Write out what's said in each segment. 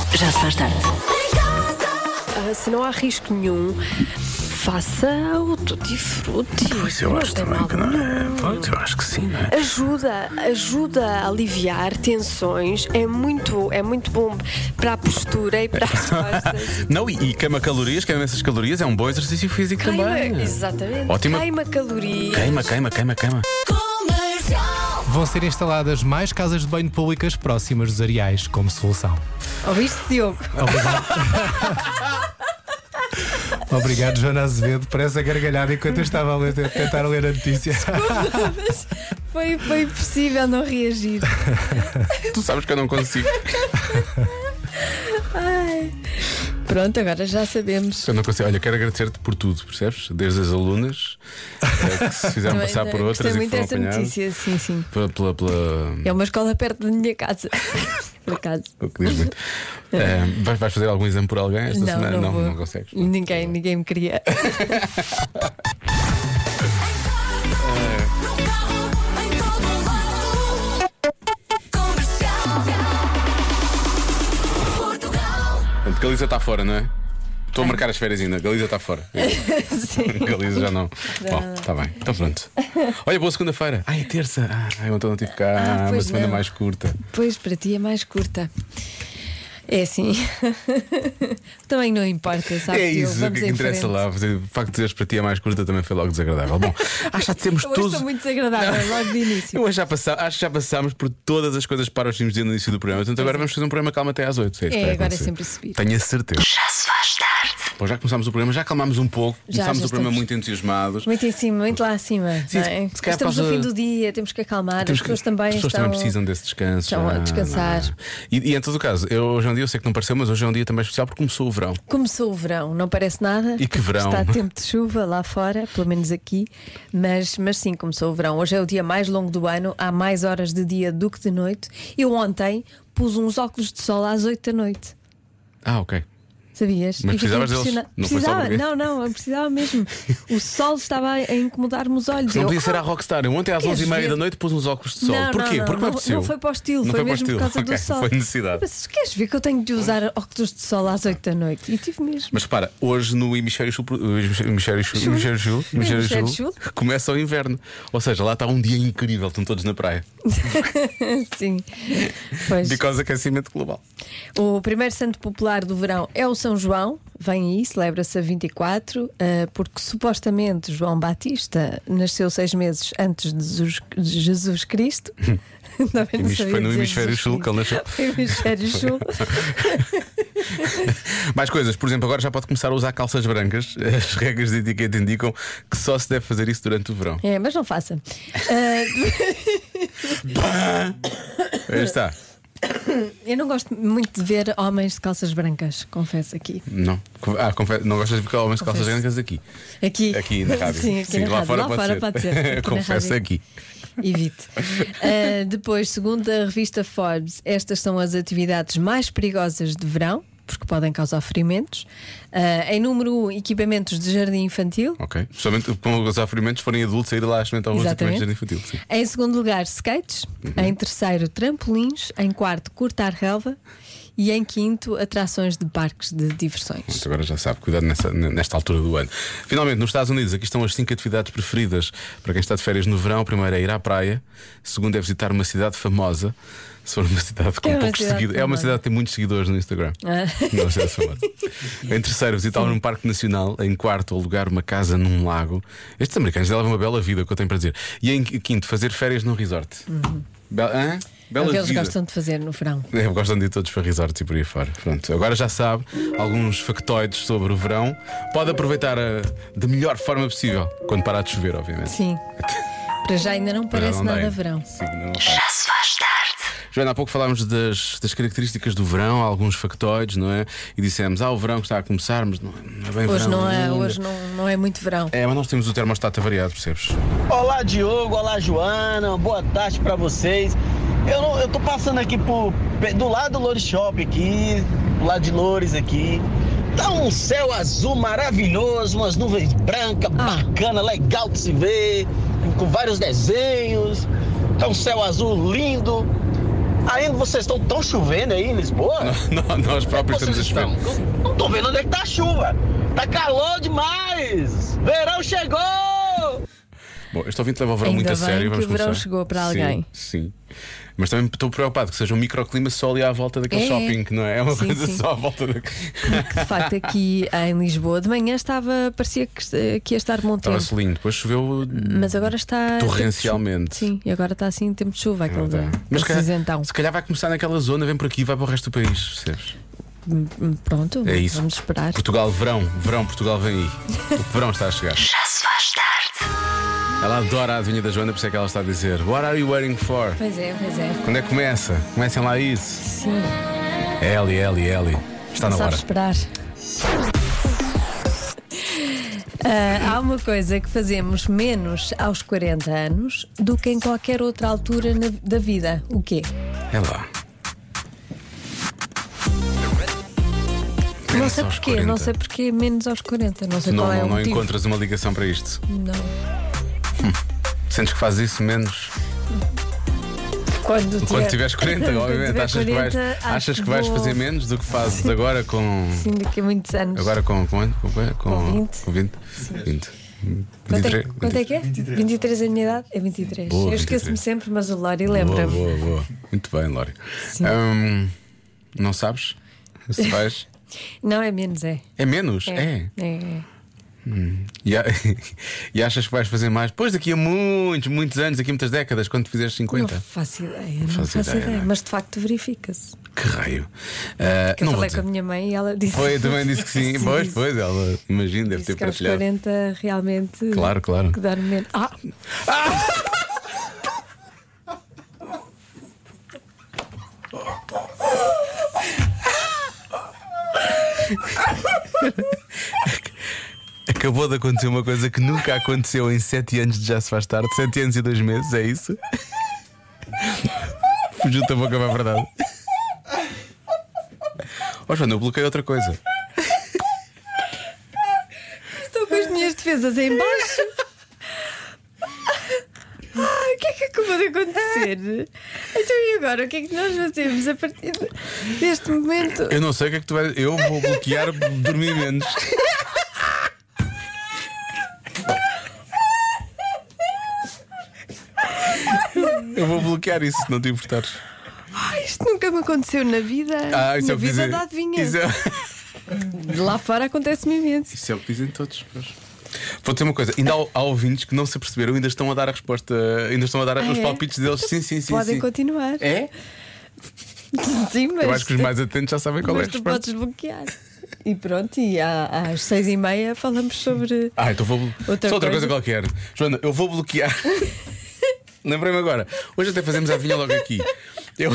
Já se faz tarde. Se não há risco nenhum, faça o tutti frutti. Pois eu acho também que não é. Pois eu acho que sim, não é? Ajuda a aliviar tensões. É muito bom para a postura e para as costas. Não, e queima calorias, queima essas calorias, é um bom exercício físico também. Exatamente. Ótima. Queima calorias. Queima. Vão ser instaladas mais casas de banho públicas próximas dos areais como solução. Ouviste, Diogo? Obrigado, Joana Azevedo, por essa gargalhada enquanto eu estava a tentar ler a notícia. Foi impossível não reagir. Tu sabes que eu não consigo. Ai. Pronto, agora já sabemos. Eu não consigo. Olha, quero agradecer-te por tudo, percebes? Desde as alunas que se fizeram passar por outras e que foram apanhadas. Notícia, sim. Pela... É uma escola perto da minha casa. Por acaso. O que diz muito. Vais fazer algum exame por alguém esta semana? Não consegues. Ninguém me queria. Portanto, Galiza está fora, não é? Estou a marcar as férias ainda. Galiza está fora. Sim. Galiza já não. Bom, está bem. Então pronto. Olha, boa segunda-feira. É terça. Ontem não tive cá. Uma semana mais curta. Pois, para ti é mais curta. É assim. Também não importa, sabes? É isso, o que interessa lá. O facto de dizeres para ti é mais curta também foi logo desagradável. Bom, acho que já dissemos hoje todos. estou muito desagradável, logo de início. Acho que já passámos por todas as coisas para os filmes no início do programa. Portanto, agora vamos fazer um programa calma até às 8. Agora é sempre subir. Tenho a certeza. Já se faz tarde. Bom, já começámos o programa, já acalmámos um pouco. Começámos o programa muito entusiasmados. Muito em cima, muito lá acima. Sim, não é? Estamos no fim do dia, temos que acalmar. As pessoas também precisam desse descanso. Estão a descansar. E em todo o caso, hoje é um dia, eu sei que não pareceu, mas hoje é um dia também especial porque começou o verão. Começou o verão, não parece nada. E que verão! Está tempo de chuva lá fora, pelo menos aqui. Mas sim, começou o verão. Hoje é o dia mais longo do ano, há mais horas de dia do que de noite. Eu ontem pus uns óculos de sol às 8 da noite. Ok. Sabias? Mas precisavas deles? Não precisava, não, eu precisava mesmo. O sol estava a incomodar-me os olhos. Não podia ser a Rockstar. Eu ontem às 11h30 da noite pus uns óculos de sol. Porquê? Porque me apeteceu. Não foi para o estilo, foi mesmo por causa do sol. Foi necessidade. Mas queres ver que eu tenho de usar óculos de sol às 8 da noite? E tive mesmo. Mas repara, hoje no Hemisfério Sul começa o inverno. Ou seja, lá está um dia incrível, estão todos na praia. Sim. Pois. Because aquecimento global. O primeiro santo popular do verão é o São João. Vem aí, celebra-se a 24, porque supostamente João Batista nasceu 6 meses antes de Jesus Cristo. Foi no Hemisfério Sul que ele nasceu. Foi no Hemisfério Sul. Mais coisas, por exemplo, agora já pode começar a usar calças brancas. As regras de etiqueta indicam que só se deve fazer isso durante o verão. É, mas não faça. Aí está. Eu não gosto muito de ver homens de calças brancas, confesso aqui. Não, não gostas de ver homens de calças brancas aqui? Aqui na rádio. Sim, aqui na lá rádio. fora pode ser. Confesso aqui. Evite. Depois, segundo a revista Forbes, estas são as atividades mais perigosas de verão, porque podem causar ferimentos. Em número 1, equipamentos de jardim infantil. Ok. Somente com os ferimentos forem adultos, sair lá experimentar os equipamentos de jardim infantil. Sim. Em segundo lugar, skates. Em terceiro, trampolins. Em quarto, cortar relva. E em quinto, atrações de parques de diversões. Pronto, agora já sabe, cuidado nesta altura do ano. Finalmente, nos Estados Unidos, aqui estão as 5 atividades preferidas para quem está de férias no verão. Primeiro é ir à praia. Segundo é visitar uma cidade famosa. Se for uma cidade com poucos seguidores. É uma cidade que tem muitos seguidores no Instagram. Não é famosa. Em terceiro, visitar um parque nacional. Em quarto, alugar uma casa num lago. Estes americanos levam uma bela vida, que eu tenho para dizer. E em quinto, fazer férias num resort. É o que eles gostam de fazer no verão. Gostam de ir todos para resorts e por aí fora. Pronto, agora já sabe alguns factoides sobre o verão. Pode aproveitar da melhor forma possível quando parar de chover, obviamente. Sim. Para já ainda não parece nada verão. Sim, já se faz tarde. Joana, há pouco falámos das características do verão, alguns factoides, não é? E dissemos, o verão que está a começar, mas não é bem hoje verão. Hoje não é muito verão. Mas nós temos o termostato variado, percebes? Olá, Diogo, olá, Joana, boa tarde para vocês. Eu tô passando aqui do lado do Loures Shopping aqui, do lado de Loures aqui. Tá um céu azul maravilhoso, umas nuvens brancas, bacana, legal de se ver, com vários desenhos. Tá um céu azul lindo. Ainda vocês estão chovendo aí em Lisboa? Nós próprios estamos a chover. Não tô vendo onde é que tá a chuva. Tá calor demais. Verão chegou. Bom, este ouvinte leva o verão Ainda muito a bem sério. que Vamos o verão começar. chegou para alguém. Sim. Mas também estou preocupado que seja um microclima só ali à volta daquele shopping, que não é? É uma Sim, coisa sim. só à volta da. De facto, aqui em Lisboa de manhã parecia que ia estar bom tempo. Estava-se lindo, depois choveu Mas agora está torrencialmente. Sim, e agora está assim tempo de chuva, aquele Mas cinzentão. se calhar vai começar naquela zona, vem por aqui e vai para o resto do país, percebes? Pronto, É isso. vamos esperar. Portugal, verão, Portugal vem aí. O verão está a chegar. Já se faz tarde. Ela adora a adivinha da Joana, por isso é que ela está a dizer: What are you waiting for? Pois é. Quando é que começa? Comecem lá isso. Sim, Eli. Está na sabe hora. esperar. Há uma coisa que fazemos menos aos 40 anos do que em qualquer outra altura da vida. O quê? É lá. Não Menos sei aos porquê, 40. não sei porquê menos aos 40. Não sei qual é o Não motivo. encontras uma ligação para isto. Não. Sentes que fazes isso menos quando tiveres 40, quando obviamente. tiver Achas 40, que vais vou- fazer menos do que fazes agora com. Sim, daqui a muitos anos. Agora com 20. Com 20. 20. Quanto é que é? 23 é a minha idade? É 23. Boa, Eu esqueço-me 23. sempre, mas o Lori lembra-me. Boa. Muito bem, Lori. Sim. Não sabes? Se vais. Não, é menos, é. É menos? É. E achas que vais fazer mais? Pois daqui a muitos anos, daqui a muitas décadas, quando te fizeres 50. Não faço ideia, faço ideia, não é? mas de facto verifica-se. Que raio. Eu não vou falei dizer. com a minha mãe e ela disse. Também disse que sim. Sim, Pois, disse. pois, ela imagina, deve Disse ter que aos partilhado. 40 realmente. Claro. Que dar menos. Acabou de acontecer uma coisa que nunca aconteceu em 7 anos de Já Se Faz Tarde. 7 anos e 2 meses, é isso? Fugiu-te a boca para a verdade. Ó Joana, eu bloqueei outra coisa. Estou com as minhas defesas em baixo. O que é que acabou de acontecer? Então e agora? O que é que nós fazemos a partir deste momento? Eu não sei o que é que tu vais. Eu vou bloquear dormir menos. Eu vou bloquear isso, se não te importares. Isto nunca me aconteceu na vida. Isso Na é o que vida dizem. da adivinha. Isso é... Lá fora acontece-me imenso. Isso é o que dizem todos. Pois. Vou dizer uma coisa: ainda há ouvintes que não se aperceberam, ainda estão a dar a resposta, ainda estão a dar os é? palpites deles. Sim. Podem sim. continuar. É? Sim, mas. Eu acho que os mais atentos já sabem qual é a Mas tu resposta. podes bloquear. E pronto, e às 6h30 falamos sobre. Então vou. Outra Só outra coisa coisa. qualquer. Joana, eu vou bloquear. Lembrei-me agora. Hoje até fazemos a adivinha logo aqui. Eu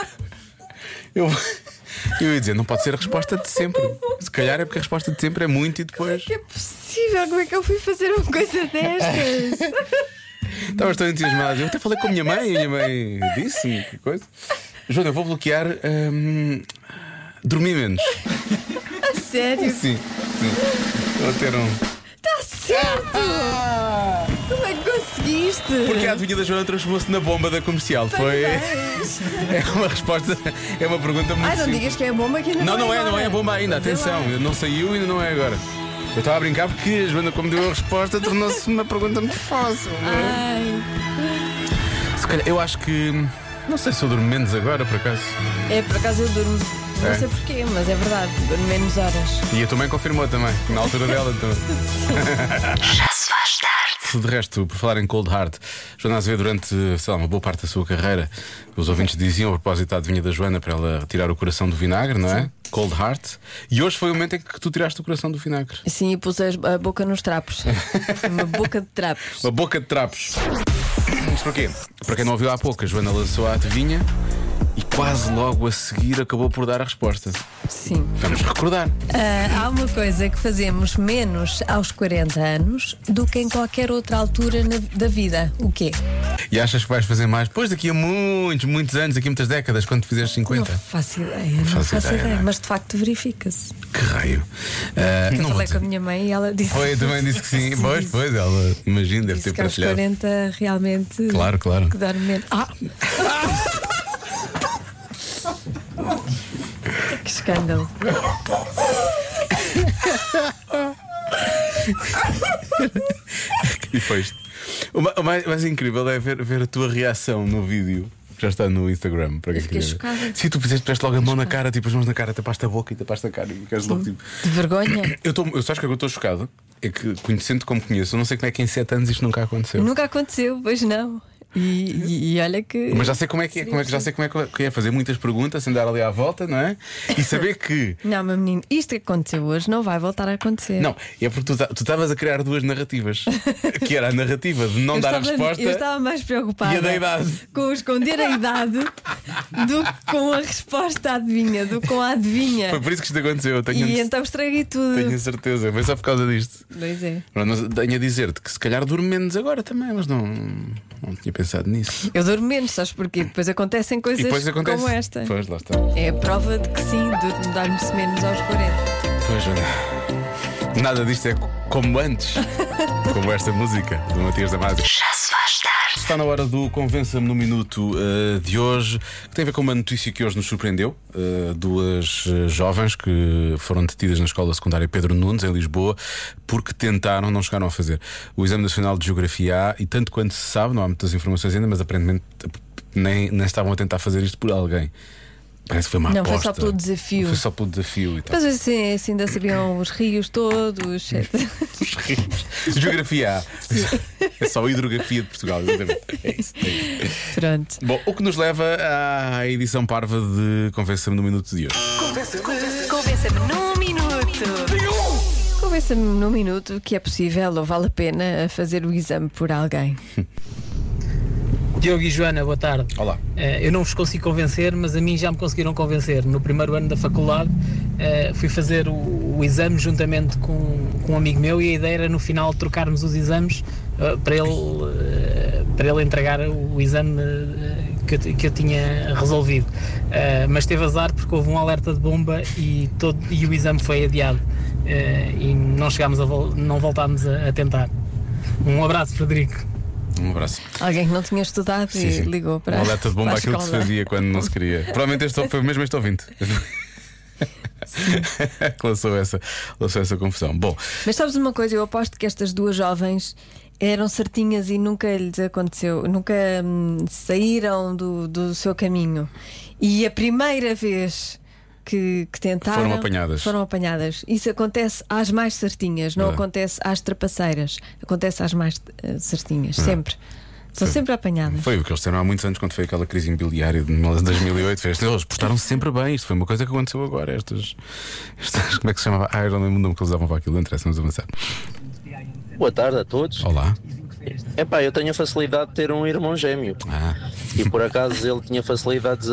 ia dizer, não pode ser a resposta de sempre. Se calhar é porque a resposta de sempre é muito e depois. Que é possível? Como é que eu fui fazer uma coisa destas? Estavas tão entusiasmado. Eu até falei com a minha mãe disse-me que coisa. Joana, eu vou bloquear. Dormir menos. A sério? Sim. Vou ter um. Está certo! Como é que conseguiste? Porque a adivinha da Joana transformou-se na bomba da comercial. Foi. É uma resposta. É uma pergunta muito Ai, não simples. digas que é bomba que ainda Não é agora. bomba ainda, Vê atenção, lá. não saiu e ainda não é agora. Eu estava a brincar porque a Joana, como deu a resposta, tornou-se uma pergunta muito fácil. Ai, Se calhar, eu acho que. Não sei se eu durmo menos agora, por acaso. por acaso eu durmo. Não É? sei porquê, mas é verdade, durmo menos horas. E a tua mãe confirmou também, na altura dela também. Já se faz tarde. De resto, por falar em Cold Heart, Joana Azevedo, durante, sei lá, uma boa parte da sua carreira, os ouvintes diziam a propósito da adivinha da Joana para ela tirar o coração do vinagre, não é? Cold Heart. E hoje foi o momento em que tu tiraste o coração do vinagre. Sim, e pus a boca nos trapos. Uma boca de trapos. Uma boca de trapos. Mas porquê? Para quem não ouviu há pouco, a Joana lançou a adivinha e quase logo a seguir acabou por dar a resposta. Sim. Vamos recordar. Há uma coisa que fazemos menos aos 40 anos do que em qualquer outra altura da vida. O quê? E achas que vais fazer mais? Pois daqui a muitos anos, daqui a muitas décadas, quando fizeres 50. Não faço ideia, não Faço faço ideia, ideia. não é? Mas de facto verifica-se. Que raio. Eu Não vou falei dizer. com a minha mãe e ela disse. Foi, também disse que sim. Sim, Pois, disse. pois, ela imagina, deve Disse ter que aos partilhado. 40 realmente. Claro. Que dar menos. escândalo. E foi isto. O mais incrível é ver a tua reação no vídeo. Já está no Instagram. Para quem fiquei quiser. chocada. Se tu puseste logo a mão na cara, tipo as mãos na cara, tapaste a boca e tapaste a cara e ficas logo tipo. De vergonha. Eu sabes que eu estou chocado. É que, conhecendo como conheço, eu não sei como é que em 7 anos isto nunca aconteceu. Nunca aconteceu, pois não. E olha que. Mas já sei como é que é, já sei como é que é fazer muitas perguntas, andar ali à volta, não é? E saber que. Não, meu menino, isto que aconteceu hoje não vai voltar a acontecer. Não, é porque tu estavas a criar duas narrativas. Que era a narrativa de não dar a resposta. Eu estava mais preocupada e a da idade. com esconder a idade do que com a resposta à adivinha, do que com a adivinha. Foi por isso que isto aconteceu. E então estraguei tudo. Tenho a certeza, foi só por causa disto. Pois é. Pronto, tenho a dizer-te que se calhar durmo menos agora também, mas não tinha pensado nisso. Eu durmo menos, sabes porquê? Depois acontecem coisas como esta. Pois, lá está. É a prova de que sim, dorme-se menos aos 40. Pois, olha. Nada disto é como antes. Como esta música do Matias Damasio. Já se faz tarde. Está na hora do Convença-me no Minuto de hoje, que tem a ver com uma notícia que hoje nos surpreendeu. Duas jovens que foram detidas na escola secundária Pedro Nunes, em Lisboa, porque tentaram, não chegaram a fazer o Exame Nacional de Geografia A, e tanto quanto se sabe, não há muitas informações ainda, mas aparentemente nem estavam a tentar fazer isto por alguém. Parece que foi uma aposta. Não, foi só pelo desafio. Foi só pelo desafio e tal. Mas assim ainda sabiam os rios todos. Os rios. Geografia A. É só a hidrografia de Portugal, exatamente. É isso. Pronto. Bom, o que nos leva à edição parva de Convença-me no Minuto de hoje. Convença-me num minuto. Convença-me num minuto que é possível ou vale a pena fazer o exame por alguém. Diogo e Joana, boa tarde. Olá. Eu não vos consigo convencer, mas a mim já me conseguiram convencer. No primeiro ano da faculdade fui fazer o exame juntamente com um amigo meu, e a ideia era no final trocarmos os exames para ele entregar o exame que eu tinha resolvido. Mas teve azar porque houve um alerta de bomba e o exame foi adiado. E não voltámos a tentar. Um abraço, Frederico. Um abraço. Alguém que não tinha estudado e ligou para. Um alerta de bomba, para a aquilo que se escola. fazia quando não se queria. Provavelmente foi mesmo este ouvinte que lançou essa confusão. Bom, Mas sabes uma coisa? Eu aposto que estas duas jovens eram certinhas e nunca lhes aconteceu, nunca saíram do seu caminho. E a primeira vez que tentaram foram apanhadas. Isso acontece às mais certinhas, não acontece às trapaceiras, acontece às mais certinhas, sempre. São sempre apanhadas. foi o que eles disseram há muitos anos, quando foi aquela crise imobiliária de 2008. Eles portaram-se sempre bem. Isto foi uma coisa que aconteceu agora. Estas como é que se chamava? Eu não lembro o nome que eles usavam para aquilo. Não interessa, vamos avançar. Boa tarde a todos. Olá. Epá, eu tenho a facilidade de ter um irmão gêmeo. E por acaso ele tinha facilidades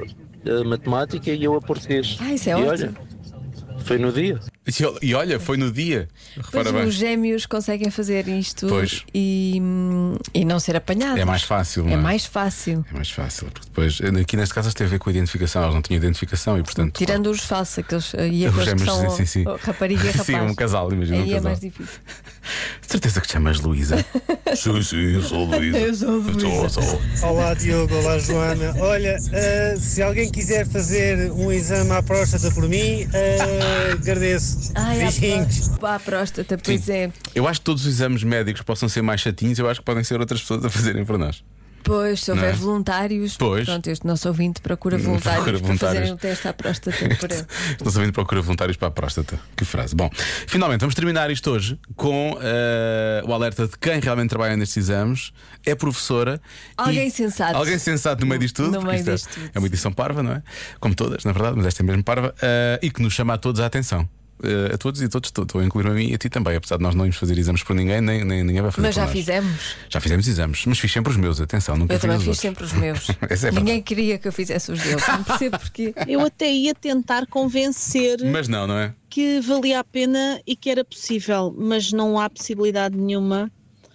a matemática e eu a português. Isso é e ótimo. olha, foi no dia. E olha, foi no dia. Pois Repara bem. os gêmeos conseguem fazer isto Pois. e não ser apanhados. É mais fácil, não é? É mais fácil. É mais fácil, porque depois, aqui neste caso, teve a ver com a identificação. Eles não tinham identificação e, portanto. Tirando os falsos, aqueles e Os aqueles que gêmeos, são sim. rapariga e rapaz. Sim, um casal, imagina. Aí um é casal. mais difícil. De certeza que te chamas Luísa. Sim, eu sou Luísa. Eu sou Luísa. Olá Diogo, olá Joana. Olha, se alguém quiser fazer um exame à próstata por mim, agradeço. Beijinhos. À próstata, pois Sim. é. Eu acho que todos os exames médicos possam ser mais chatinhos. Eu acho que podem ser outras pessoas a fazerem por nós. Pois, se houver Não é? voluntários, Pois. pronto, este nosso ouvinte procura voluntários para fazerem o teste à próstata por ele. Estou sabendo procura voluntários para a próstata. Que frase. Bom, finalmente vamos terminar isto hoje com o alerta de quem realmente trabalha nestes exames. É professora. Alguém sensato. Alguém sensato no meio disto tudo. No porque meio isto disto tudo. é uma edição parva, não é? Como todas, na verdade, mas esta é mesmo parva. E que nos chama a todos a atenção. A todos e todos, estou a incluir a mim e a ti também. Apesar de nós não irmos fazer exames por ninguém, nem ninguém vai fazer. Mas por já nós. fizemos. Já fizemos exames, mas fiz sempre os meus, atenção, nunca Eu fiz também os fiz outros. sempre os meus. Essa é Ninguém queria que eu fizesse os deles. Não percebo porquê. Eu até ia tentar convencer Mas não é? que valia a pena e que era possível, mas não há possibilidade nenhuma,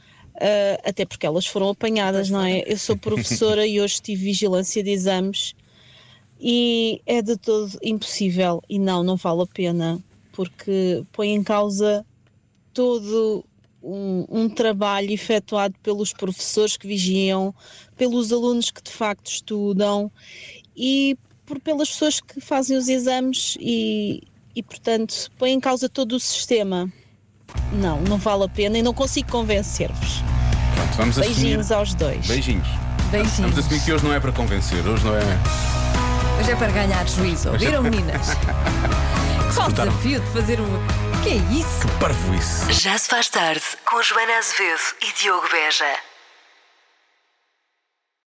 até porque elas foram apanhadas, não é? Eu sou professora e hoje tive vigilância de exames e é de todo impossível e não vale a pena, porque põe em causa todo um trabalho efetuado pelos professores que vigiam, pelos alunos que de facto estudam e pelas pessoas que fazem os exames e, portanto, põe em causa todo o sistema. Não vale a pena e não consigo convencer-vos. Pronto, vamos Beijinhos assumir... aos dois. Beijinhos. Beijinhos. Vamos assumir que hoje não é para convencer, hoje não é. Hoje é para ganhar juízo. Ouviram, meninas? Qual o desafio de fazer o. Que é isso? Que parvoíce. Já se faz tarde com Joana Azevedo e Diogo Beja.